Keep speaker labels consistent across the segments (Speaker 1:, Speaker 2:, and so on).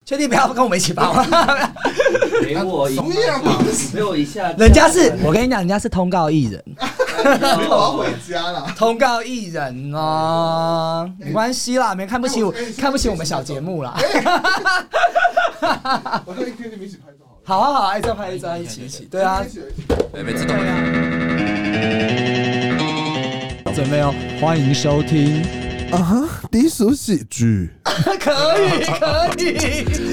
Speaker 1: 确定不要跟我们一起跑吗？
Speaker 2: 陪我一下，
Speaker 1: 人家是我跟你讲，人家是通告艺人。
Speaker 3: 我要回家了。
Speaker 1: 通告艺人哦，没关系啦，没看不起我们小节目啦。
Speaker 3: 我跟你们一起拍照
Speaker 1: 好啊好啊，一张拍一张，一起，对啊，
Speaker 4: 每次都会。
Speaker 1: 准备哦，欢迎收听
Speaker 3: 低俗喜剧。
Speaker 1: 可以。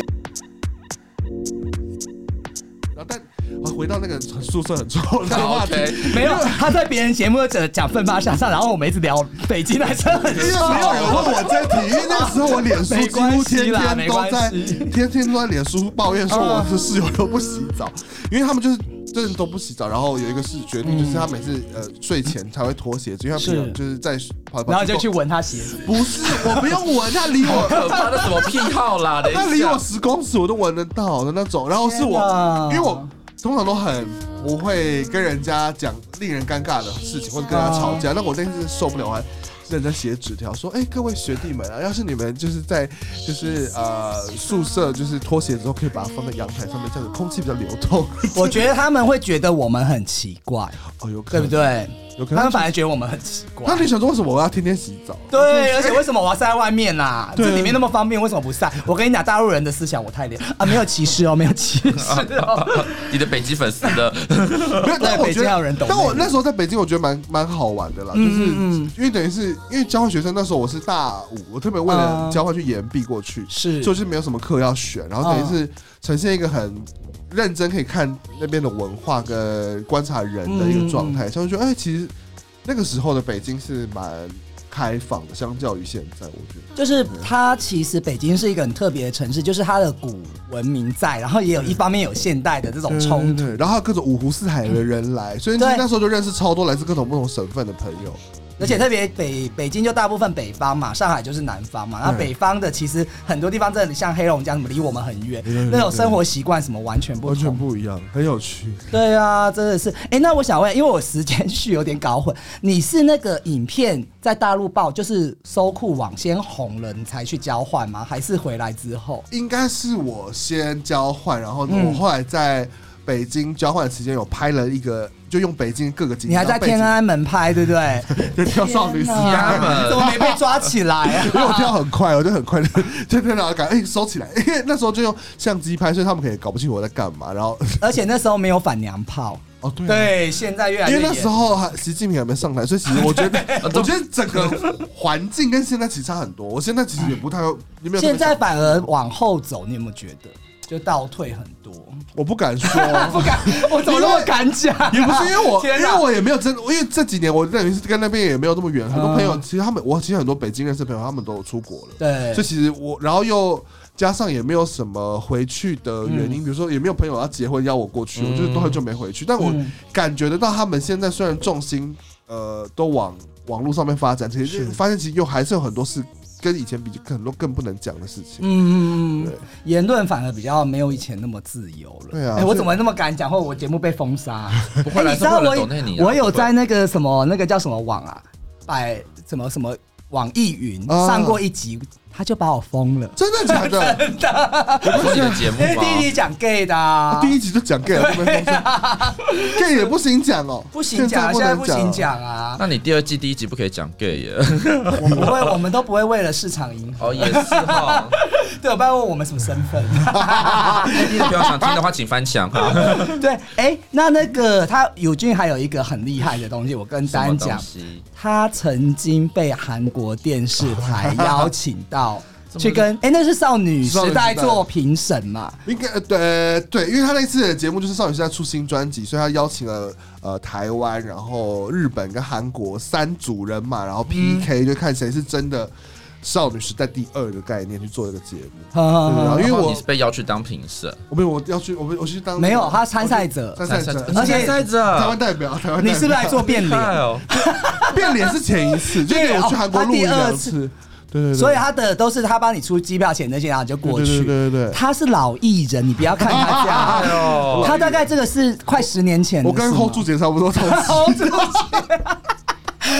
Speaker 3: 但回到那个宿舍很臭的话题，
Speaker 1: 没有，他在别人节目讲奋发向上，然后我们一直聊北京还是很臭。
Speaker 3: 没有人问我这题，因为那时候我脸书几乎天天都在脸书抱怨说我的室友都不洗澡，因为他们就是真的都不洗澡，然后有一个是决定，就是他每次睡前才会脱鞋子，因为他平常就是在跑，
Speaker 1: 然后就去闻他鞋子。
Speaker 3: 不是，我不用闻，他离我
Speaker 4: 可怕的什么癖好啦？
Speaker 3: 他离我10公尺我都闻得到的那种。然后是我，因为我通常都很不会跟人家讲令人尴尬的事情，或者跟人家吵架。那我那次受不了，我还认真写纸条说：“各位学弟们啊，要是你们就是在宿舍就是脱鞋之后，可以把它放在阳台上面，这样子空气比较流通。”
Speaker 1: 我觉得他们会觉得我们很奇怪，
Speaker 3: 有可能，
Speaker 1: 对不对？
Speaker 3: 有可能
Speaker 1: 他们反而觉得我们很奇怪。
Speaker 3: 那你想说为什么我要天天洗澡？
Speaker 1: 对，而且为什么我要晒在外面啦？这里面那么方便，为什么不晒？我跟你讲，大陆人的思想我太厉害啊，没有歧视哦，没有歧视哦。
Speaker 4: 你的北京粉丝的，
Speaker 3: 没有，
Speaker 1: 在北京还有人懂。
Speaker 3: 但我那时候在北京，我觉得蛮好玩的啦，就是因为等于是因为交换学生，那时候我是大5，我特别为了交换去延毕过去，
Speaker 1: 是，
Speaker 3: 就是没有什么课要选，然后等于是呈现一个很认真可以看那边的文化跟观察人的一个状态，所以我觉得其实那个时候的北京是蛮开放的，相较于现在，我觉得
Speaker 1: 就是它其实北京是一个很特别的城市，就是它的古文明在，然后也有一方面有现代的这种冲突，
Speaker 3: 然后还有各种五湖四海的人来，所以那时候就认识超多来自各种不同省份的朋友。
Speaker 1: 而且特别北京就大部分北方嘛，上海就是南方嘛，然后北方的其实很多地方真的像黑龙江什么离我们很远，那种生活习惯什么完全不同，
Speaker 3: 完全不一样，很有趣。
Speaker 1: 对啊，真的是。那我想问，因为我时间序有点搞混，你是那个影片在大陆爆，就是搜酷网先红了，你才去交换吗？还是回来之后？
Speaker 3: 应该是我先交换，然后我后来在北京交换的期间有拍了一个，就用北京各个景点。
Speaker 1: 你还在天安门拍，对不对？
Speaker 3: 就跳少女时代门，
Speaker 1: 怎么没被抓起来啊？
Speaker 3: 因为我跳很快，我就很快就跳到赶收起来，因为那时候就用相机拍，所以他们可以搞不清楚我在干嘛。然后，
Speaker 1: 而且那时候没有反娘炮。
Speaker 3: 哦，对，
Speaker 1: 对，现在越来越
Speaker 3: 因为那时候习近平还没上台，所以其实我觉得整个环境跟现在其实差很多。我现在其实也不太，
Speaker 1: 现在反而往后走，你有没有觉得？就倒退很多，
Speaker 3: 我不敢说，
Speaker 1: 不敢，我怎么那么敢讲？
Speaker 3: 也不是因为我也没有因为这几年我等于是跟那边也没有那么远，很多朋友其实我其实很多北京认识的朋友他们都有出国了，
Speaker 1: 对，
Speaker 3: 所以其实然后又加上也没有什么回去的原因，比如说也没有朋友要结婚邀我过去，我就是都很久没回去，但我感觉得到他们现在虽然重心都往网络上面发展，其实发现其实又还是有很多事。跟以前比，很多更不能讲的事情。
Speaker 1: 言论反而比较没有以前那么自由了。
Speaker 3: 对啊，
Speaker 1: 我怎么那么敢讲？或者我节目被封杀？
Speaker 4: 不会来，
Speaker 1: 你知道我有在那个什么那个叫什么网啊，什么网易云上过一集。他就把我封了，
Speaker 3: 真的假的？
Speaker 1: 真的，
Speaker 4: 我不是你的节目吗？
Speaker 1: 因为第一集讲 gay 的，
Speaker 3: 第一集就讲 gay 了，就被封杀。gay 也不行讲哦，
Speaker 1: 不行讲，现在不行讲啊。
Speaker 4: 那你第2季第1集不可以讲 gay 耶？
Speaker 1: 我不会，我们都不会为了市场迎合。
Speaker 4: 哦，也是哈。
Speaker 1: 对，我不要问我们什么身份。
Speaker 4: 你不要想听的话，请翻墙。
Speaker 1: 对，那个他友俊还有一个很厉害的东西，我跟丹讲，他曾经被韩国电视台邀请到。去跟那是少女时代做评审嘛？
Speaker 3: 应该对，因为他那次的节目就是少女时代出新专辑，所以他邀请了台湾，然后日本跟韩国3组人嘛，然后 PK 就看谁是真的少女时代第2的概念去做这个节目。
Speaker 4: 因为你是被邀去当评审，
Speaker 3: 我要去，我去当
Speaker 1: 没有他参赛者，
Speaker 4: 而且
Speaker 3: 台湾代表，
Speaker 1: 你是不是来做变脸？
Speaker 3: 变脸是前一次，就是我去韩国录1、2次。对，
Speaker 1: 所以他的都是他帮你出机票钱那些，然后就过去。
Speaker 3: 对，
Speaker 1: 他是老艺人，你不要看他这样。他大概这个是快10年前的。
Speaker 3: 我跟 hold 住姐差不多同期。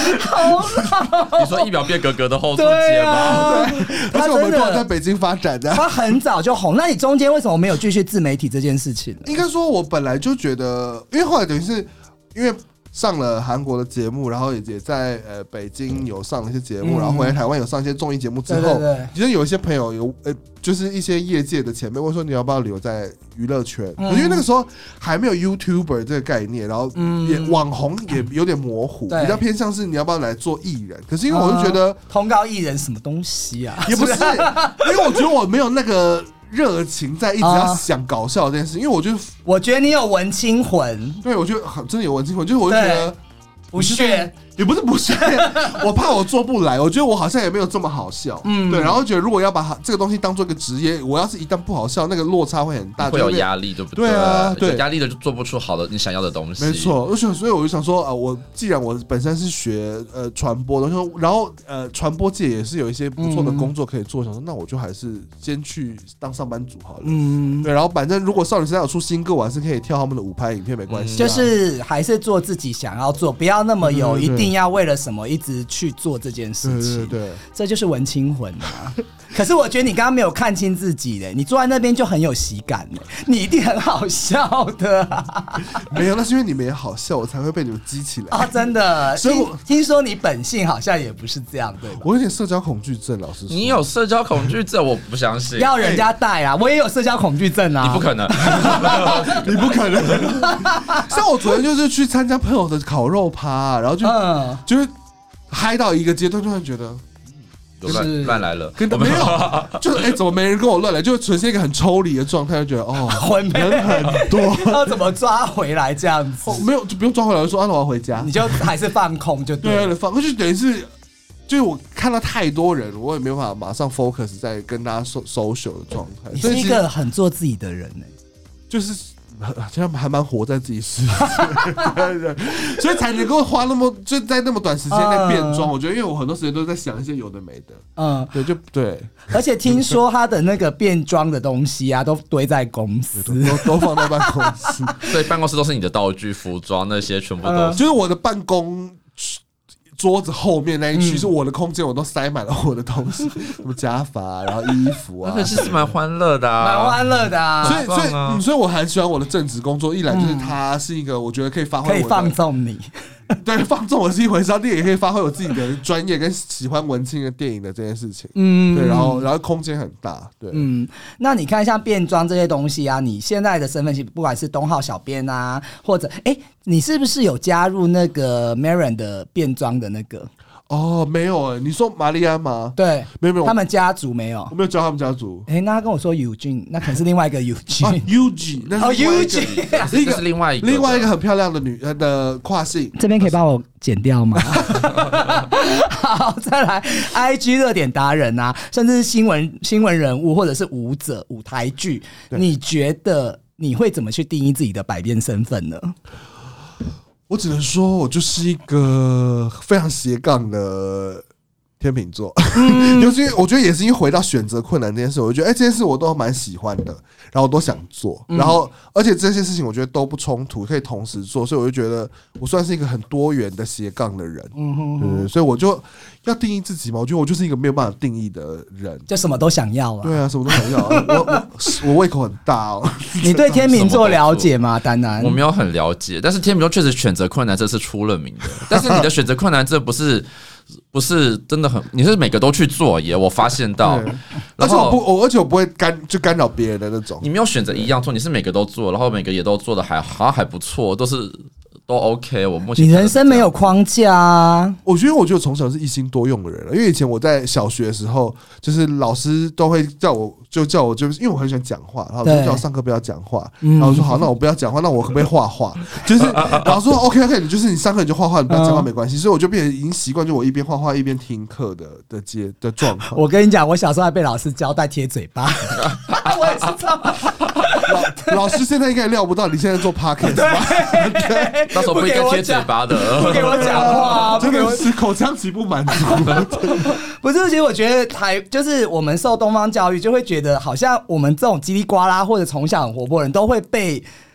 Speaker 4: 你说一秒变格格的后座姐吗？
Speaker 3: 而且我们都在北京发展的。
Speaker 1: 他很早就红，那你中间为什么没有继续自媒体这件事情呢？
Speaker 3: 应该说，我本来就觉得，因为后来等于是因为上了韩国的节目，然后也在北京有上了一些节目，然后回来台湾有上一些综艺节目之后，其实有一些朋友有就是一些业界的前辈问说你要不要留在娱乐圈，因为那个时候还没有 YouTuber 这个概念，然后也网红也有点模糊，比较偏向是你要不要来做艺人。可是因为我就觉得
Speaker 1: 通告艺人什么东西啊，
Speaker 3: 也不是，因为我觉得我没有那个热情在一直要想搞笑这件事，因为我觉得你
Speaker 1: 有文青魂，
Speaker 3: 对，我觉得真的有文青魂，就是我就觉得
Speaker 1: 不屑，
Speaker 3: 也不是不屑，我怕我做不来，我觉得我好像也没有这么好笑，对，然后觉得如果要把这个东西当做一个职业，我要是一旦不好笑，那个落差会很大，
Speaker 4: 会有压力，对不对？
Speaker 3: 对啊，对，
Speaker 4: 有压力的就做不出好的你想要的东西，
Speaker 3: 没错。所以我就想说我既然我本身是学传播的，然后传播界也是有一些不错的工作可以做，想说那我就还是先去当上班族好了，对，然后反正如果少女时代有出新歌，我还是可以跳他们的舞拍影片，没关系，
Speaker 1: 就是还是做自己想要做，不要那么有一定要为了什么一直去做这件事情，
Speaker 3: 对，
Speaker 1: 这就是文青魂啊。可是我觉得你刚刚没有看清自己嘞，你坐在那边就很有喜感嘞，你一定很好笑的
Speaker 3: 没有，那是因为你们也好笑，我才会被你们激起来
Speaker 1: 啊！真的，所以听说你本性好像也不是这样，对吧？
Speaker 3: 我有点社交恐惧症，老实说。
Speaker 4: 你有社交恐惧症，我不相信。
Speaker 1: 要人家带啊，我也有社交恐惧症啊。
Speaker 4: 你不可能，
Speaker 3: 你不可能。像我昨天就是去参加朋友的烤肉趴，然后就是嗨到一个阶段，就会觉得。
Speaker 4: 乱来了，
Speaker 3: 没有，就是怎么没人跟我乱来，就呈现一个很抽离的状态，就觉得人很多，
Speaker 1: 要怎么抓回来这样子？
Speaker 3: 没有，就不用抓回来，就说我要回家，
Speaker 1: 你就还是放空就对了，
Speaker 3: 放空就等于是，就是我看到太多人，我也没有办法马上 focus 在跟大家 social 的状态。
Speaker 1: 你是一个很做自己的人呢，
Speaker 3: 就是现在还蛮活在自己世界，所以才能够花就在那么短时间内变装。我觉得，因为我很多时间都在想一些有的没的，对，就对。
Speaker 1: 而且听说他的那个变装的东西啊，都堆在公司，
Speaker 3: 都放在办公室，
Speaker 4: 所以办公室都是你的道具、服装那些，全部都
Speaker 3: 就是我的办公。桌子后面那一区是我的空间，我都塞满了我的东西，什么假发，然后衣服啊，
Speaker 4: 那其实蛮欢乐的，
Speaker 1: 蛮欢乐的啊。
Speaker 3: 所以我很喜欢我的正职工作，一来就是它是一个我觉得可以发挥，
Speaker 1: 可以放纵你。
Speaker 3: 对，放纵我是一回事，第二也可以发挥我自己的专业跟喜欢文青的电影的这件事情。对，然后空间很大，对，
Speaker 1: 那你看像变装这些东西啊，你现在的身份不管是东浩小编啊，或者你是不是有加入那个 Marion 的变装的那个？
Speaker 3: 没有你说玛丽安吗？
Speaker 1: 对，
Speaker 3: 没有，
Speaker 1: 他们家族没有，
Speaker 3: 我没有教他们家族。
Speaker 1: 那他跟我说 Eugene， 那可能是另外一个
Speaker 3: Eugene，
Speaker 1: 那是Eugene，
Speaker 4: 这是另外一
Speaker 3: 个很漂亮的的跨性。
Speaker 1: 这边可以帮我剪掉吗？好，再来 IG 热点达人啊，甚至是新闻人物或者是舞者、舞台剧，你觉得你会怎么去定义自己的百变身份呢？
Speaker 3: 我只能说，我就是一个非常斜杠的天秤座，就是我觉得也是因为回到选择困难这件事，我觉得这件事我都蛮喜欢的，然后我都想做，然后而且这些事情我觉得都不冲突，可以同时做，所以我就觉得我算是一个很多元的斜杠的人，对，所以我就要定义自己嘛，我觉得我就是一个没有办法定义的人，
Speaker 1: 就什么都想要啊，
Speaker 3: 对啊，什么都想要，我胃口很大哦。
Speaker 1: 你对天秤座了解吗，丹丹？
Speaker 4: 我没有很了解，但是天秤座确实选择困难这是出了名的，但是你的选择困难这不是真的很，你是每个都去做耶，我发现到，
Speaker 3: 而且我不会干扰别人的那种。
Speaker 4: 你没有选择一样做，你是每个都做，然后每个也都做的好像还不错，都 OK。我目前
Speaker 1: 你人生没有框架啊。
Speaker 3: 我觉得从小是一心多用的人了，因为以前我在小学的时候，就是老师都会叫我，就是因为我很喜欢讲话，然后就叫我上课不要讲话，然后我说好，那我不要讲话，那我可不可以画画？就是老师说 OK， 你就是你上课你就画画，你不要讲话没关系。所以我就变成已经习惯，就我一边画画一边听课的状况。
Speaker 1: 我跟你讲，我小时候还被老师交代贴嘴巴，我也是这样。
Speaker 3: 老师现在应该料不到你现在做 podcast 吧？
Speaker 4: 那时候不应该贴嘴巴的，
Speaker 1: 不给我讲话，
Speaker 3: 真的是口腔期不满足。
Speaker 1: 不是，其实我觉得就是我们受东方教育，就会觉得好像我们这种叽里呱啦或者从小很活泼的人都会被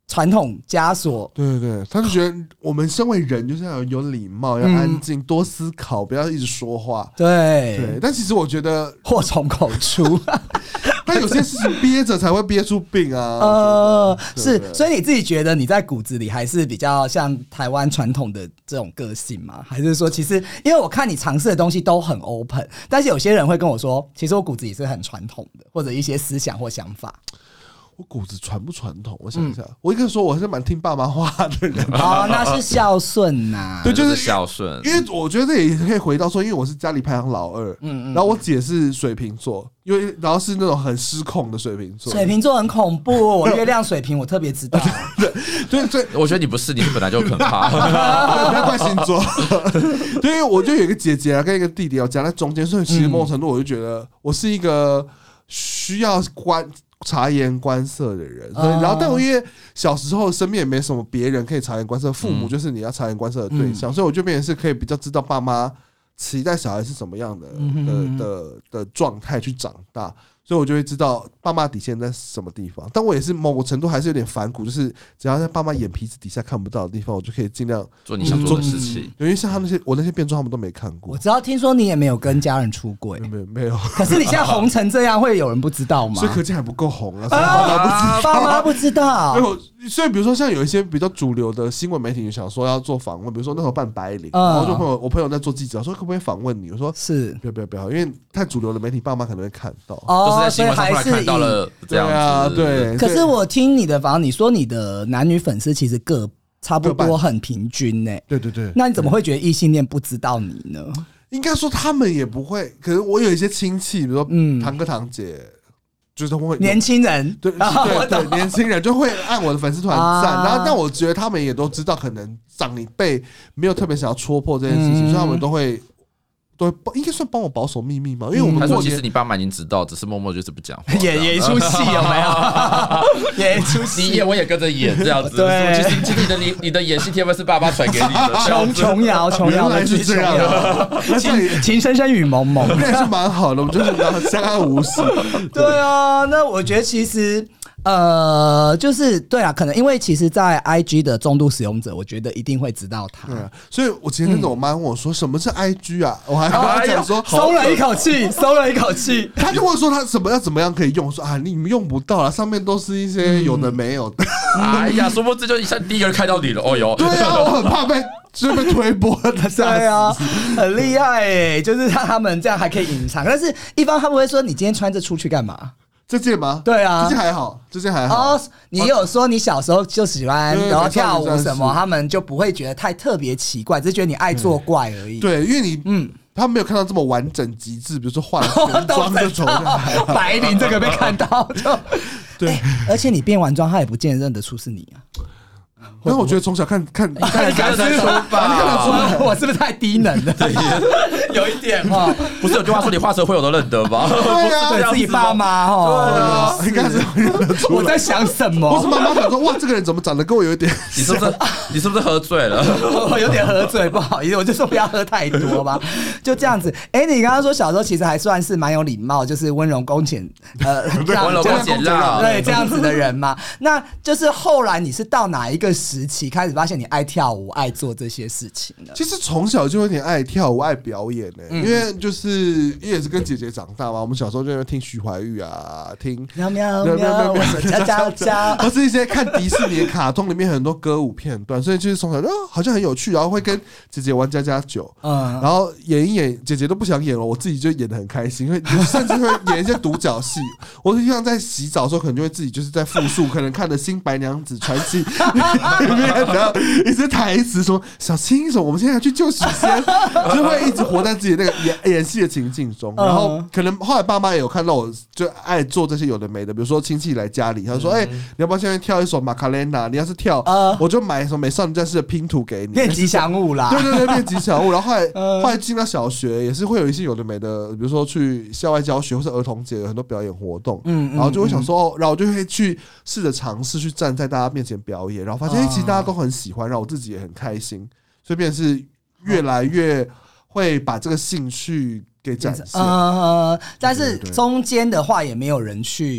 Speaker 1: 传统枷锁。
Speaker 3: 对对对，他就觉得我们身为人就是要有礼貌，要安静，多思考，不要一直说话。
Speaker 1: 对
Speaker 3: 对，但其实我觉得
Speaker 1: 祸从口出。
Speaker 3: 但有些事情憋着才会憋出病啊。
Speaker 1: 是，所以你自己觉得你在骨子里还是比较像台湾传统的这种个性吗？还是说，其实因为我看你尝试的东西都很 open， 但是有些人会跟我说，其实我骨子里是很传统的，或者一些思想或想法。
Speaker 3: 我骨子传不传统？我想一下，我应该说我是蛮听爸妈话的人。
Speaker 1: 哦，那是孝顺呐。
Speaker 3: 对，就是
Speaker 4: 孝顺。
Speaker 3: 因为我觉得这也可以回到说，因为我是家里排行老二，然后我姐是水瓶座，然后是那种很失控的水瓶座。
Speaker 1: 水瓶座很恐怖，我月亮水瓶，我特别知道。
Speaker 3: 对，
Speaker 4: 我觉得你不是，你本来就可怕。
Speaker 3: 不要怪星座。对，因为我就有一个姐姐啊，跟一个弟弟要夹在中间，所以其实某种程度我就觉得我是一个需要察言观色的人，然后但我因为小时候身边也没什么别人可以察言观色，父母就是你要察言观色的对象，所以我就变成是可以比较知道爸妈期待小孩是什么样的状态去长大，所以我就会知道爸妈底线在什么地方。但我也是某个程度还是有点反骨，就是只要在爸妈眼皮子底下看不到的地方，我就可以尽量
Speaker 4: 做你想做的事情。
Speaker 3: 因为像我那些变装他们都没看过。
Speaker 1: 我知道，听说你也没有跟家人出轨，
Speaker 3: 没有。
Speaker 1: 可是你现在红成这样，会有人不知道吗？
Speaker 3: 所以可见还不够红啊，
Speaker 1: 爸妈不知道。
Speaker 3: 所以比如说像有一些比较主流的新闻媒体想说要做访问，比如说那时候办白领，然后我朋友在做记者，说可不可以访问你？我说
Speaker 1: 是，
Speaker 3: 不要，因为太主流的媒体爸妈可能会看到。
Speaker 4: 都是在新闻上看到了这样子。
Speaker 3: 对。
Speaker 1: 可是我听你的访问，你说你的男女粉丝其实各差不多很平均呢。
Speaker 3: 对。
Speaker 1: 那你怎么会觉得异性恋不知道你呢？
Speaker 3: 应该说他们也不会，可是我有一些亲戚，比如说堂哥堂姐。就是会
Speaker 1: 年轻人，
Speaker 3: 对，年轻人就会按我的粉丝团赞，然后但我觉得他们也都知道，可能长辈没有特别想要戳破这件事情，所以他们都会应该算帮我保守秘密嘛，因为我们
Speaker 4: 他说其实你爸妈已经知道，只是默默就是不讲话，
Speaker 1: 演一出戏有没有？演一出戏，
Speaker 4: 你演我也跟着演这样子。
Speaker 1: 对，
Speaker 4: 其实你的演戏天分是爸爸传给你的。
Speaker 1: 琼瑶的剧情，情深深雨蒙蒙，
Speaker 3: 那也是蛮好的，我们就是相安无事。
Speaker 1: 对啊，那我觉得其实。就是对啊，可能因为其实，在 IG 的重度使用者，我觉得一定会知道他。
Speaker 3: 对啊，所以我前阵子我妈问我说什么是 IG 啊，我还跟她讲说，
Speaker 1: 松了一口气，
Speaker 3: 她就问说她要怎么样可以用，我说啊你们用不到了，上面都是一些有的没有的。
Speaker 4: 哎呀，殊不知就一下第一个人看到你了，哦哟。
Speaker 3: 对啊，我很怕被推播的。
Speaker 1: 对啊，很厉害哎，就是他们这样还可以隐藏，但是一方他不会说你今天穿这出去干嘛？
Speaker 3: 这件吗？
Speaker 1: 对啊，
Speaker 3: 这件还好。
Speaker 1: 哦，你有说你小时候就喜欢然后跳舞什么，他们就不会觉得太特别奇怪，只是觉得你爱作怪而已。
Speaker 3: 对，因为你他没有看到这么完整极致，比如说化全妆这种，
Speaker 1: 白领这个被看到就对，而且你变完妆，他也不见得认得出是你啊。
Speaker 3: 但我觉得从小看
Speaker 1: 你看得出吧？我是不是太低能了？有一点哈，
Speaker 4: 不是有句话说你画蛇会友都认得吗？
Speaker 1: 对自己爸妈哈，
Speaker 3: 应该是会认得出来。
Speaker 1: 我在想什么？
Speaker 3: 我是妈妈想说，哇，这个人怎么长得跟我有一点？
Speaker 4: 你是不是喝醉了？
Speaker 1: 我有点喝醉，不好意思，我就说不要喝太多吧，就这样子。你刚刚说小时候其实还算是蛮有礼貌，就是温柔恭俭，
Speaker 4: 温柔恭俭让，
Speaker 1: 对这样子的人嘛。那就是后来你是到哪一个时期开始发现你爱跳舞、爱做这些事情呢？
Speaker 3: 其实从小就有点爱跳舞、爱表演呢，因为就是也是跟姐姐长大嘛。我们小时候就会听徐怀钰啊，听
Speaker 1: 喵喵喵，我是家家家，
Speaker 3: 或是一些看迪士尼的卡通里面很多歌舞片段，所以就是从小好像很有趣，然后会跟姐姐玩家家酒，然后演一演，姐姐都不想演了，我自己就演得很开心，因为甚至会演一些独角戏。我就像在洗澡的时候，可能就会自己就是在复述，可能看的《新白娘子传奇》里面，然后一直台词说小青什么，我们现在要去救许仙，就会一直活在自己那个演戏的情境中。然后可能后来爸妈也有看到我就爱做这些有的没的，比如说亲戚来家里，他说你要不要现在跳一首马卡莲娜？你要是跳，我就买什么美少女战士的拼图给你，
Speaker 1: 变吉祥物啦。
Speaker 3: 对，变吉祥物。然后后来进到小学也是会有一些有的没的，比如说去校外教学或是儿童节有很多表演活动，然后就会想说然后我就会去试着尝试去站在大家面前表演，然后发现其实大家都很喜欢，让我自己也很开心，所以变成是越来越会把这个兴趣给展现。
Speaker 1: 但是中间的话也没有人去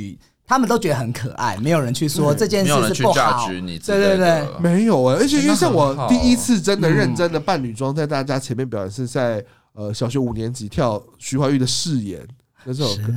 Speaker 1: 他们都觉得很可爱，没有人去说这件事是不好。对，
Speaker 3: 没有而且因为像我第一次真的认真的扮女装，在大家前面表演是在小学5年级跳徐怀钰的《誓言》。那首歌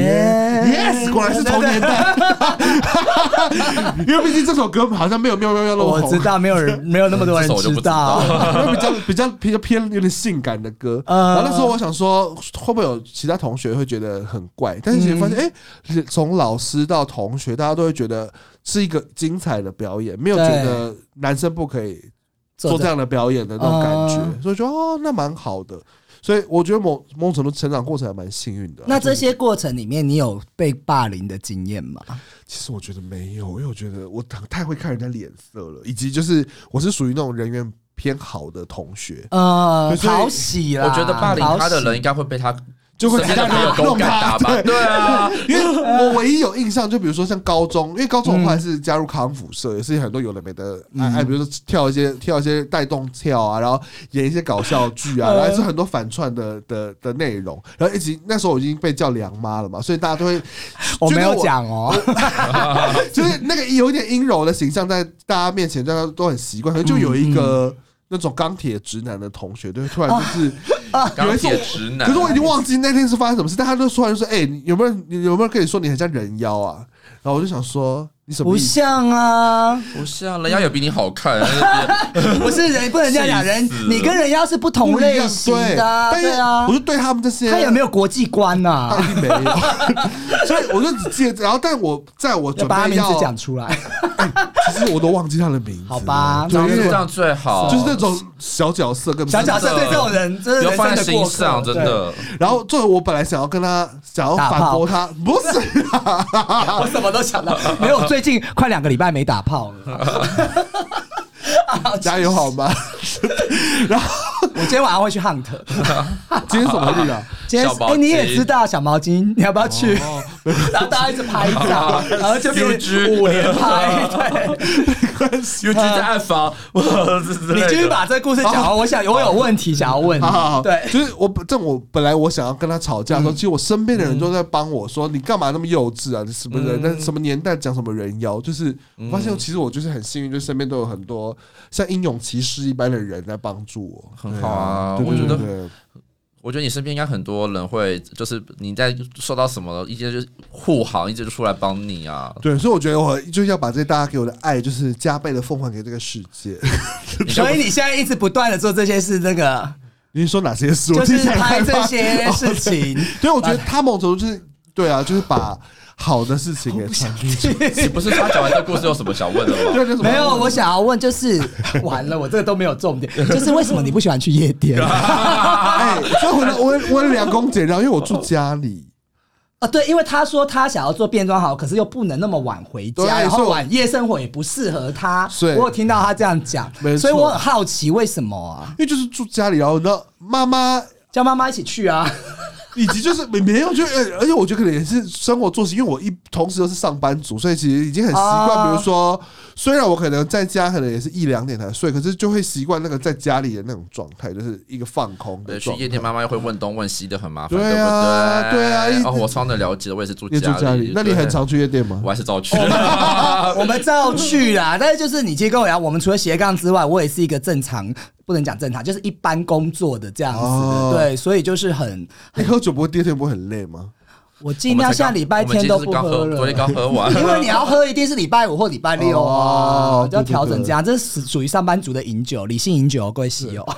Speaker 3: ，Yes， 果然是同年代，因为毕竟这首歌好像没有那么红。
Speaker 1: 我知道，没有那么多人知道，
Speaker 3: 因为比较偏有点性感的歌。然后那时候我想说，会不会有其他同学会觉得很怪？但是其实发现，从老师到同学，大家都会觉得是一个精彩的表演，没有觉得男生不可以做这样的表演的那种感觉，所以说那蛮好的。所以我觉得某程度成长过程还蛮幸运的。
Speaker 1: 那这些过程里面，你有被霸凌的经验吗？
Speaker 3: 其实我觉得没有，因为我觉得我太会看人家脸色了，以及就是我是属于那种人缘偏好的同学，
Speaker 1: 讨喜啦。
Speaker 4: 我觉得霸凌他的人应该会被他。
Speaker 3: 就会看
Speaker 4: 他有共感打吧，对啊，
Speaker 3: 因为我唯一有印象，就比如说像高中，因为高中我后来是加入康复社，也是很多有的没的，比如说跳一些带动跳啊，然后演一些搞笑剧啊，然后是很多反串的内容，然后那时候我已经被叫梁妈了嘛，所以大家都会，
Speaker 1: 我没有讲哦，
Speaker 3: 就是那个有一点阴柔的形象在大家面前，大家都很习惯，可是就有一个。那种钢铁直男的同学，对，突然就是
Speaker 4: 钢铁直男。
Speaker 3: 可是我已经忘记那天是发生什么事，但他就突然就说：“你有没有跟你说你很像人妖啊？”然后我就想说：“你什么？
Speaker 1: 不像啊，
Speaker 4: 不像，人妖有比你好看。
Speaker 1: 不是人不能这样讲，人你跟人妖是不同类型的，对啊。
Speaker 3: 我就对他们这些，
Speaker 1: 他有没有国际观呐？
Speaker 3: 他一定没有。所以我就只记得，然后但我在我准备
Speaker 1: 把他名字讲出来。
Speaker 3: 其实我都忘记他的名字，
Speaker 1: 好吧？
Speaker 4: 这样最好，
Speaker 3: 就是那种小角色，跟
Speaker 1: 小角色对这种人真的
Speaker 4: 要放在心上，真的。
Speaker 3: 然后作为我本来想要反驳他，不是，
Speaker 1: 我什么都想到，没有，最近快2个礼拜没打炮了。
Speaker 3: 加油好吗？然后
Speaker 1: 我今天晚上会去 hunt。
Speaker 3: 今天什么日啊？
Speaker 1: 今天你也知道小毛巾，你要不要去？然后大家一直拍照，然后就变5连拍，对，
Speaker 3: 没关系。
Speaker 4: UG 在暗房，
Speaker 1: 你继续把这个故事讲完。我有问题想要问你。对，
Speaker 3: 就是我本来我想要跟他吵架的时候，其实我身边的人都在帮我说：“你干嘛那么幼稚啊？你什么人？那什么年代讲什么人妖？”就是我发现，其实我就是很幸运，就身边都有很多像英勇骑士一般的人在帮助我，
Speaker 4: 很好啊。我觉得你身边应该很多人会，就是你在受到什么意见，就是护航，一直就出来帮你啊。
Speaker 3: 对，所以我觉得我就是要把这大家给我的爱，就是加倍的奉还给这个世界。
Speaker 1: 所以你现在一直不断的做这些事，
Speaker 3: 你说哪些事？
Speaker 1: 就是拍这些事情。
Speaker 3: 对，我觉得他某种程度就是对啊，就是把好的事情给传递出去。
Speaker 4: 你不是他讲完这故事有什么想问的吗？
Speaker 1: 没有，我想要问就是完了，我这个都没有重点，就是为什么你不喜欢去夜店？
Speaker 3: 所以我2公俭让，因为我住家里。
Speaker 1: 对，因为他说他想要做变装好，可是又不能那么晚回家，然后晚夜生活也不适合他。我有听到他这样讲，所以我很好奇为什么啊？
Speaker 3: 因为就是住家里，然后妈妈
Speaker 1: 叫妈妈一起去啊。
Speaker 3: 以及就是没有，而且我觉得可能也是生活作息，因为我同时都是上班族，所以其实已经很习惯。比如说，虽然我可能在家可能也是1、2点才睡，可是就会习惯那个在家里的那种状态，就是一个放空的状态。
Speaker 4: 去夜店，妈妈又会问东问西的，很麻烦，
Speaker 3: 对啊，对啊。
Speaker 4: 我超能了解的，我也是住家里。
Speaker 3: 那你很常去夜店吗？
Speaker 4: 我还是照去。
Speaker 1: 我们照去啦，但是就是你其实跟我讲，我们除了斜杠之外，我也是一个正常。不能讲正常，就是一般工作的这样子的，对，所以就是很。
Speaker 3: 你喝酒不会第2天不会很累吗？
Speaker 1: 我尽量像礼拜天都不喝了，
Speaker 4: 昨天刚喝完。
Speaker 1: 因为你要喝，一定是礼拜5或礼拜6啊，就要调整这样。这是属于上班族的饮酒，理性饮酒，各位喜友。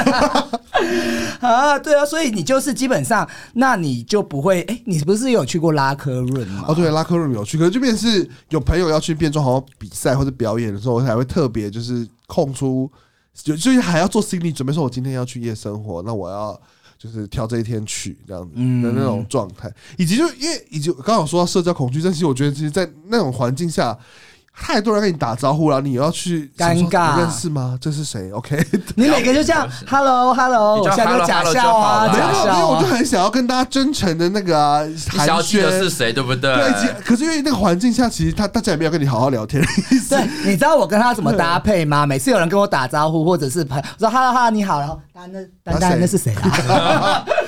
Speaker 1: 啊，对啊，所以你就是基本上，那你就不会，你不是有去过拉科润吗？
Speaker 3: 对，拉科润有去，可是这边是有朋友要去变装好像比赛或者表演的时候，我才会特别就是空出。就是还要做心理准备，说我今天要去夜生活，那我要就是挑这一天去这样子的那种状态，以及刚好说到社交恐惧症，其实我觉得其实，在那种环境下，太多人跟你打招呼了，你要去
Speaker 1: 尴尬，
Speaker 3: 认识吗？这是谁 ？OK，
Speaker 1: 你每个就这样 ，Hello， 我现在就假笑啊，假笑，
Speaker 3: 因为我就很想要跟大家真诚的那个寒暄，
Speaker 4: 记得是谁，对不对？
Speaker 3: 对，可是因为那个环境下，其实大家也没有跟你好好聊天的意思。
Speaker 1: 对，你知道我跟他怎么搭配吗？每次有人跟我打招呼，或者是我说 Hello， 你好，然后丹那是谁啊？然后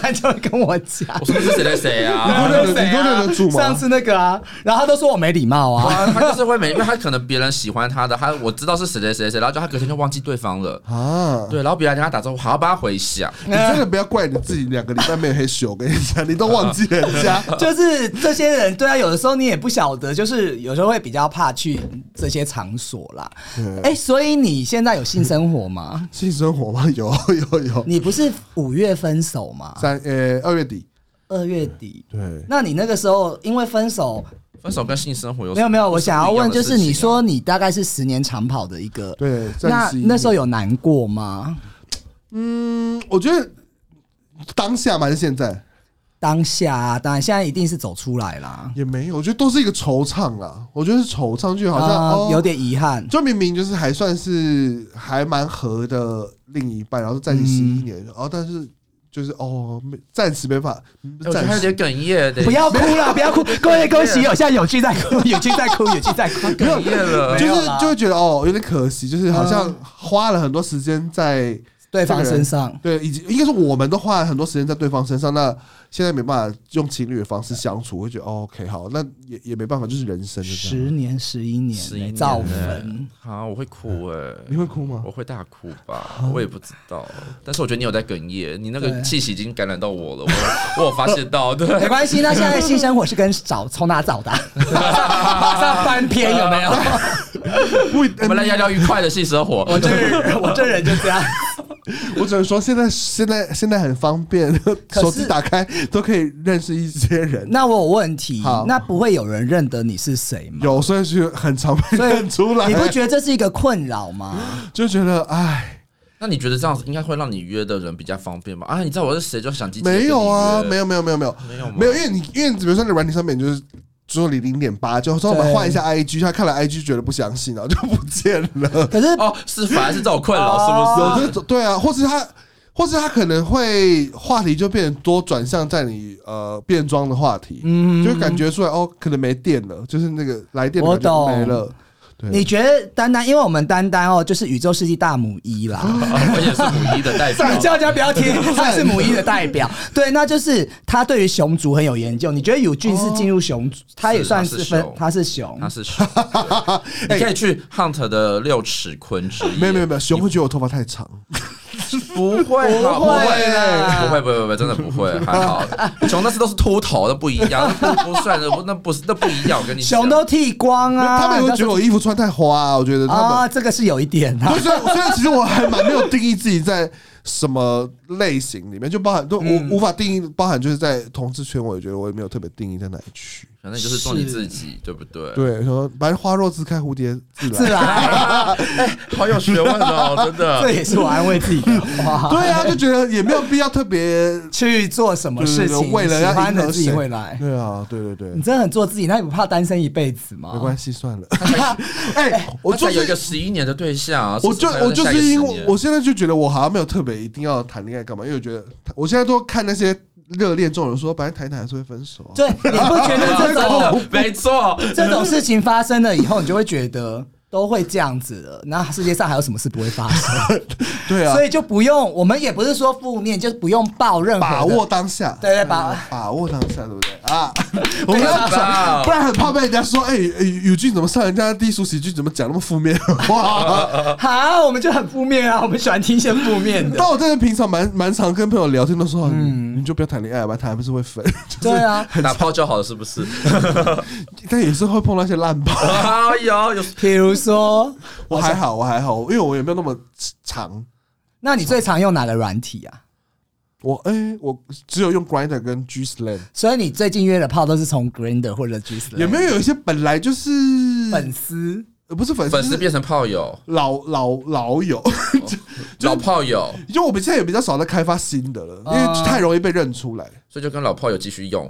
Speaker 1: 丹就会跟我讲，
Speaker 4: 我说是谁谁谁啊？
Speaker 3: 你都认得住吗？
Speaker 1: 上次那个啊，然后他都说我没礼貌啊。
Speaker 4: 他就是会因为他可能别人喜欢他的，我知道是谁谁谁谁，然后他隔天就忘记对方了啊。对，然后别人跟他打招呼，还要帮他回想。
Speaker 3: 你真的不要怪你自己2个礼拜没有黑咻，我跟你讲，你都忘记人家。
Speaker 1: 就是这些人，对啊，有的时候你也不晓得，就是有时候会比较怕去这些场所啦。所以你现在有性生活吗？
Speaker 3: 性生活吗？有。
Speaker 1: 你不是5月分手吗
Speaker 3: ？2月底。
Speaker 1: 2月底。
Speaker 3: 对。
Speaker 1: 那你那个时候因为分手
Speaker 4: 跟性生活
Speaker 1: 没有？我想要问，就是你说你大概是10年长跑的一个，
Speaker 3: 对。
Speaker 1: 那时候有难过吗？
Speaker 3: 我觉得当下嘛，还是现在？
Speaker 1: 当下啊，当然现在一定是走出来啦。
Speaker 3: 也没有，我觉得都是一个惆怅啦。我觉得是惆怅，就好像
Speaker 1: 有点遗憾。
Speaker 3: 就明明就是还算是还蛮合的另一半，然后在一起11年，然后但是就是暂时没法。
Speaker 4: 我觉得还有点哽咽的。
Speaker 1: 不要哭了，不要哭！各位恭喜，现在有剧在哭，有剧在哭，哽
Speaker 4: 咽了。
Speaker 3: 就会觉得有点可惜，就是好像花了很多时间在
Speaker 1: 对方身上，
Speaker 3: 对，应该是我们都花了很多时间在对方身上。那现在没办法用情侣的方式相处，会觉得OK 好，那也没办法，就是人生的
Speaker 1: 10年、11年，造粉。
Speaker 4: 好，我会哭
Speaker 3: 你会哭吗？
Speaker 4: 我会大哭吧，我也不知道。但是我觉得你有在哽咽，你那个气息已经感染到我了，我有发现到。对，
Speaker 1: 没关系。那现在性生活是从哪找的？马上翻篇有没有？
Speaker 4: 我们来聊聊愉快的性生活。
Speaker 1: 我这人就这样。
Speaker 3: 我只能说，现在很方便，手机打开都可以认识一些人。
Speaker 1: 那我有问题，那不会有人认得你是谁吗？
Speaker 3: 有，所以就很常被认出来。
Speaker 1: 你不觉得这是一个困扰吗？
Speaker 3: 就觉得哎。
Speaker 4: 那你觉得这样子应该会让你约的人比较方便吗？你知道我是谁就想积极。
Speaker 3: 没有啊，没有，因为你比如说在软体上面就是。说你0.8，就说我们换一下 IG， 他看了 IG 觉得不相信，然后就不见了。
Speaker 1: 可是
Speaker 4: 是反而是这种困扰，是不
Speaker 3: 是？有对啊，或是他可能会话题就变多转向在你变装的话题，就感觉出来可能没电了，就是那个来电的感觉没了。
Speaker 1: 你觉得丹丹，因为我们丹丹就是宇宙世纪大母一啦，
Speaker 4: 我也是母一的代表，
Speaker 1: 叫大家不要听，他是母一的代表。对，那就是他对于熊族很有研究。你觉得友俊是进入熊族，他也算是他是熊，
Speaker 4: 你可以去 Hunt 的6尺坤之一。
Speaker 3: 没有，熊会觉得我头发太长。
Speaker 4: 不会，真的不会，还好。熊那是都是秃头，那不一样，不算的，那不一样。我跟你讲，
Speaker 1: 熊都剃光啊，
Speaker 3: 他们也会觉得我衣服穿太花，我觉得他们
Speaker 1: 这个是有一点。
Speaker 3: 所以其实我还蛮没有定义自己在什么类型里面，就包含都无法定义，包含就是在同志圈，我也觉得我也没有特别定义在哪一区。
Speaker 4: 反正就是做你自己，对不对？
Speaker 3: 对，说反正花若自开，蝴蝶自
Speaker 1: 来。
Speaker 4: 好有学问哦，真的。
Speaker 1: 这也是我安慰自己的话。
Speaker 3: 对啊，就觉得也没有必要特别
Speaker 1: 去做什么事情，
Speaker 3: 为了要迎合
Speaker 1: 自己会来。
Speaker 3: 对啊，对。
Speaker 1: 你真的很做自己，那你不怕单身一辈子吗？
Speaker 3: 没关系，算了。
Speaker 4: 我就有一个11年的对象啊，
Speaker 3: 我就是因为我现在就觉得我好像没有特别一定要谈恋爱干嘛，因为我觉得我现在都看那些。热恋中人说，本来谈还是会分手。
Speaker 1: 对，你不觉得这种
Speaker 4: 没错，
Speaker 1: 这种事情发生了以后，你就会觉得都会这样子了。那世界上还有什么事不会发生？
Speaker 3: 对啊，
Speaker 1: 所以就不用，我们也不是说负面，就是不用抱任何
Speaker 3: 把握当下。
Speaker 1: 对，
Speaker 3: 把握当下，对不对啊？我们要讲，不然很怕被人家说，友俊怎么上人家低俗喜剧，怎么讲那么负面？哇，
Speaker 1: 好，我们就很负面啊，我们喜欢听一些负面的。
Speaker 3: 但我真的平常蛮常跟朋友聊天，都说，你就不要谈恋爱吧，谈还不是会分。
Speaker 1: 对啊，
Speaker 4: 打炮就好了，是不是？
Speaker 3: 但也是会碰到一些烂炮。
Speaker 4: 有，
Speaker 1: 比如说，
Speaker 3: 我还好，因为我也没有那么长。
Speaker 1: 那你最常用哪个软体啊？
Speaker 3: 我只有用 Grindr 跟 G-Slam，
Speaker 1: 所以你最近约的炮都是从 Grindr 或者 G-Slam？
Speaker 3: 有没有一些本来就是
Speaker 1: 粉丝？
Speaker 3: 不是粉丝
Speaker 4: 变成炮友，
Speaker 3: 老友，
Speaker 4: 老炮友。
Speaker 3: 就我们现在也比较少在开发新的了，因为太容易被认出来，
Speaker 4: 所以就跟老炮友继续用。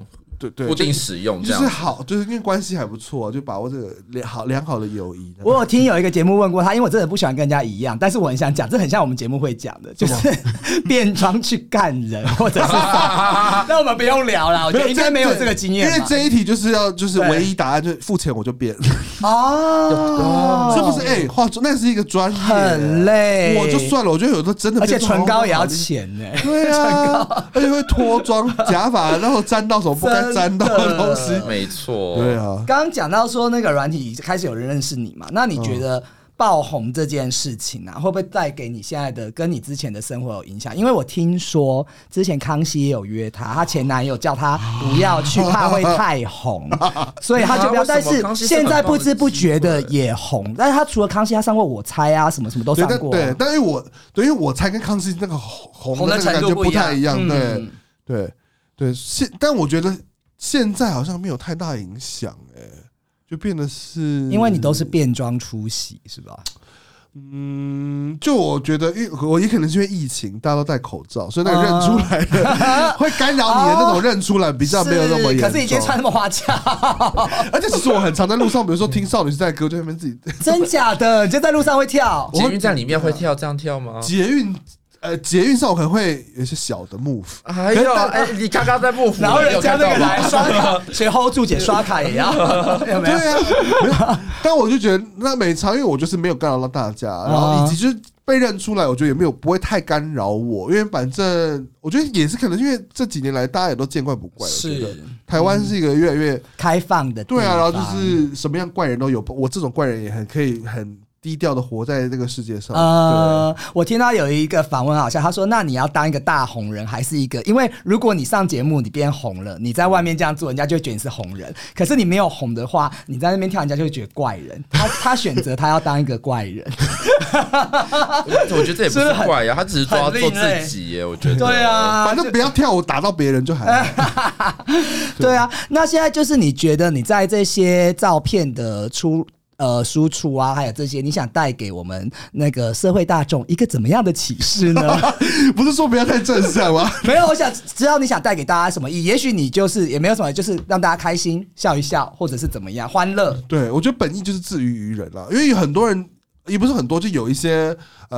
Speaker 3: 对，
Speaker 4: 固定使用这样，
Speaker 3: 就是好，就是因为关系还不错，就把握这个良好的友谊。
Speaker 1: 我有听有一个节目问过他，因为我真的不喜欢跟人家一样，但是我很想讲，这很像我们节目会讲的，就是变装去干人，或者是那我们不用聊了，我觉得应该没有这个经验，
Speaker 3: 因为这一题就是唯一答案，就是付钱我就变。
Speaker 1: 哦，
Speaker 3: 是不是？化妆那是一个专业，
Speaker 1: 很累，
Speaker 3: 我就算了，我觉得有的真的，
Speaker 1: 而且唇膏也要钱呢。
Speaker 3: 对啊，而且会脱妆假发，然后沾到什么不该沾到的东西，
Speaker 4: 没错，
Speaker 3: 对啊。
Speaker 1: 刚刚讲到说那个软体开始有人认识你嘛，那你觉得爆红这件事情啊，会不会带给你现在的跟你之前的生活有影响？因为我听说之前康熙也有约她前男友叫她不要去，怕会太红，所以她就不要。但是现在不知不觉的也红，但是她除了康熙，她上过我猜啊，什么什么都上过。
Speaker 3: 对，但因为我猜跟康熙那个红的那个感觉不太一样，对。但我觉得现在好像没有太大影响，就变得是，
Speaker 1: 因为你都是变装出席，是吧？
Speaker 3: 就我觉得，我也可能是因为疫情，大家都戴口罩，所以那个认出来的会干扰你的那种认出来比较没有那么严重。
Speaker 1: 可是你今天穿那么花俏，
Speaker 3: 而且其实我很常在路上，比如说听少女时代歌，就在那边自己。
Speaker 1: 真假的？你就在路上会跳？
Speaker 4: 捷运站里面会跳这样跳吗？
Speaker 3: 捷运上我可能会有一些小的 move，
Speaker 4: 哎呦，你刚刚在 move，
Speaker 1: 然后人家那个来刷卡，谁 hold 住姐刷卡也要，有没有？
Speaker 3: 对啊，但我就觉得那没差，因为我就是没有干扰到大家，然后以及就是被认出来，我觉得也不会太干扰我，因为反正我觉得也是可能因为这几年来大家也都见怪不怪了，是台湾是一个越来越
Speaker 1: 开放的地方，
Speaker 3: 对啊，然后就是什么样怪人都有，我这种怪人也可以很低调的活在这个世界上。
Speaker 1: 我听到有一个访问，好像他说：“那你要当一个大红人，还是一个？因为如果你上节目，你变红了，你在外面这样做，人家就会觉得你是红人。可是你没有红的话，你在那边跳，人家就会觉得怪人。他选择他要当一个怪人。
Speaker 4: 我觉得这也不是怪呀，他只是做自己耶。我觉得
Speaker 1: 对啊，
Speaker 3: 反正不要跳舞打到别人就还好。
Speaker 1: 对啊，那现在就是你觉得你在这些照片的输出啊，还有这些，你想带给我们那个社会大众一个怎么样的启示呢？
Speaker 3: 不是说不要太正向吗？
Speaker 1: 没有，我想知道你想带给大家什么意义。也许你就是也没有什么，就是让大家开心笑一笑，或者是怎么样欢乐。
Speaker 3: 对，我觉得本意就是自娱于人啦，因为有很多人。也不是很多，就有一些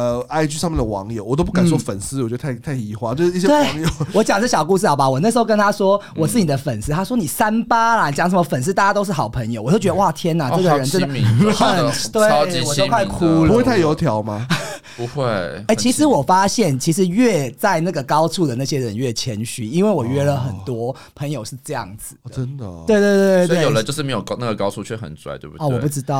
Speaker 3: IG 上面的网友，我都不敢说粉丝，我觉得太移花，就是一些网友。
Speaker 1: 我讲这小故事好吧，我那时候跟他说我是你的粉丝，他说你38啦，讲什么粉丝，大家都是好朋友，我就觉得哇天哪，这个人真的很对，我都快哭了。
Speaker 3: 不会太油条吗？
Speaker 4: 不会。
Speaker 1: 其实我发现，其实越在那个高处的那些人越谦虚，因为我约了很多朋友是这样子的，
Speaker 3: 真的。
Speaker 1: 对，
Speaker 4: 所以有人就是没有那个高处却很拽，对不对？
Speaker 1: 我不知道。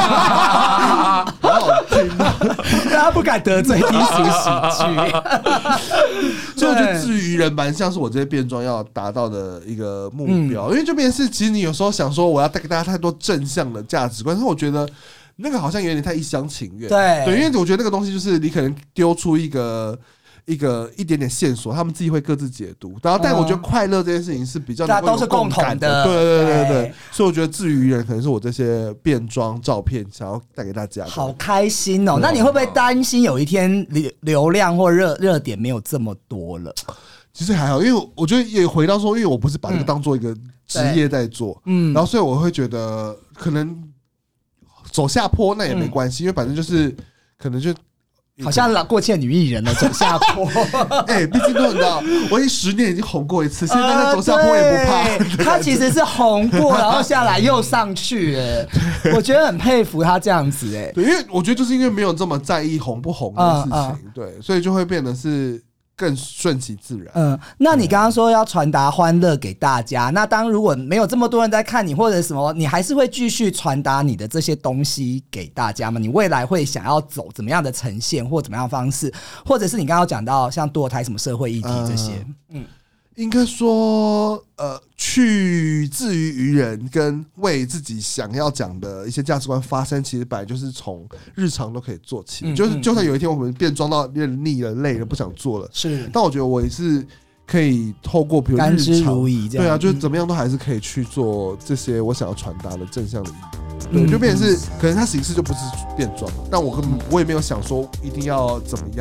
Speaker 1: 大家不敢得罪低俗喜剧，
Speaker 3: 所以我觉得至于人蛮像是我这些变装要达到的一个目标，因为这边是其实你有时候想说我要带给大家太多正向的价值观，但是我觉得那个好像有点太一厢情愿，对，因为我觉得那个东西就是你可能丢出一点点线索，他们自己会各自解读。然后，但我觉得快乐这件事情是比较
Speaker 1: 大家都是共同的，
Speaker 3: 对。所以我觉得至于人可能是我这些变装照片想要带给大家。
Speaker 1: 好开心哦！那你会不会担心有一天流量或热点没有这么多了？
Speaker 3: 其实还好，因为我觉得也回到说，因为我不是把这个当做一个职业在做，然后所以我会觉得可能走下坡那也没关系，因为反正就是可能就。
Speaker 1: 好像过气的女艺人了，走下坡。
Speaker 3: 毕竟都很高，我10年已经红过一次，现在在走下坡也不怕。
Speaker 1: 他其实是红过，然后下来又上去，我觉得很佩服他这样子，
Speaker 3: 对，因为我觉得就是因为没有这么在意红不红的事情，对，所以就会变得是。更顺其自然。
Speaker 1: 那你刚刚说要传达欢乐给大家，那当如果没有这么多人在看你或者什么，你还是会继续传达你的这些东西给大家吗？你未来会想要走怎么样的呈现或怎么样的方式，或者是你刚刚讲到像堕胎什么社会议题这些？
Speaker 3: 应该说，去自娱于人跟为自己想要讲的一些价值观发声，其实本来就是从日常都可以做起。就算有一天我们变装到腻了、累了、不想做了，是，但我觉得我也是可以透过比如
Speaker 1: 甘之如饴这样，
Speaker 3: 对啊，就是怎么样都还是可以去做这些我想要传达的正向的意义。对，就变成是可能它形式就不是变装，但我也没有想说一定要怎么样。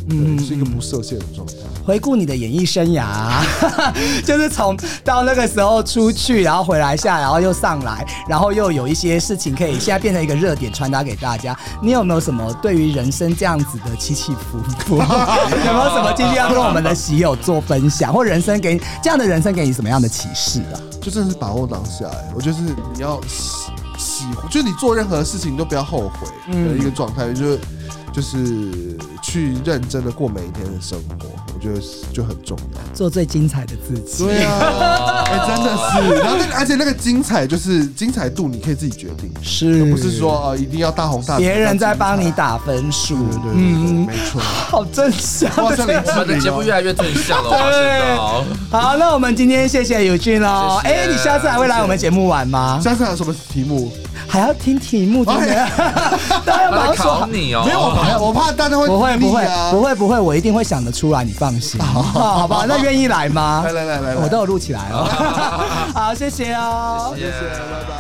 Speaker 3: 是一个不设限的状态。
Speaker 1: 回顾你的演艺生涯，就是从到那个时候出去，然后回来下来，然后又上来，然后又有一些事情可以现在变成一个热点传达给大家。你有没有什么对于人生这样子的起起伏伏，有没有什么经历要跟我们的喜友做分享，或人生给这样的人生给你什么样的启示啊？
Speaker 3: 就真的是把握当下，我觉得是你要就是你做任何事情你都不要后悔的一个状态，就是去认真的过每一天的生活，我觉得就很重要。
Speaker 1: 做最精彩的自己。
Speaker 3: 对啊，真的是。然后而且那个精彩就是精彩度，你可以自己决定，
Speaker 1: 是
Speaker 3: 不是说一定要大红大紫？
Speaker 1: 别人在帮你打分数。
Speaker 3: 对，没错。
Speaker 1: 好正向的。
Speaker 4: 我们的节目越来越正向了，我发现到。
Speaker 1: 好，那我们今天谢谢Eugene哦。你下次还会来我们节目玩吗？
Speaker 3: 下次还有什么题目？
Speaker 1: 还要听题目，真的？大家马上
Speaker 4: 考你哦。
Speaker 3: 没有，我怕大家会
Speaker 1: 不会，我一定会想得出来，你放心。好吧，那愿意来吗？
Speaker 3: 来，
Speaker 1: 我都有录起来哦。好，谢谢哦，
Speaker 3: 谢谢，拜拜。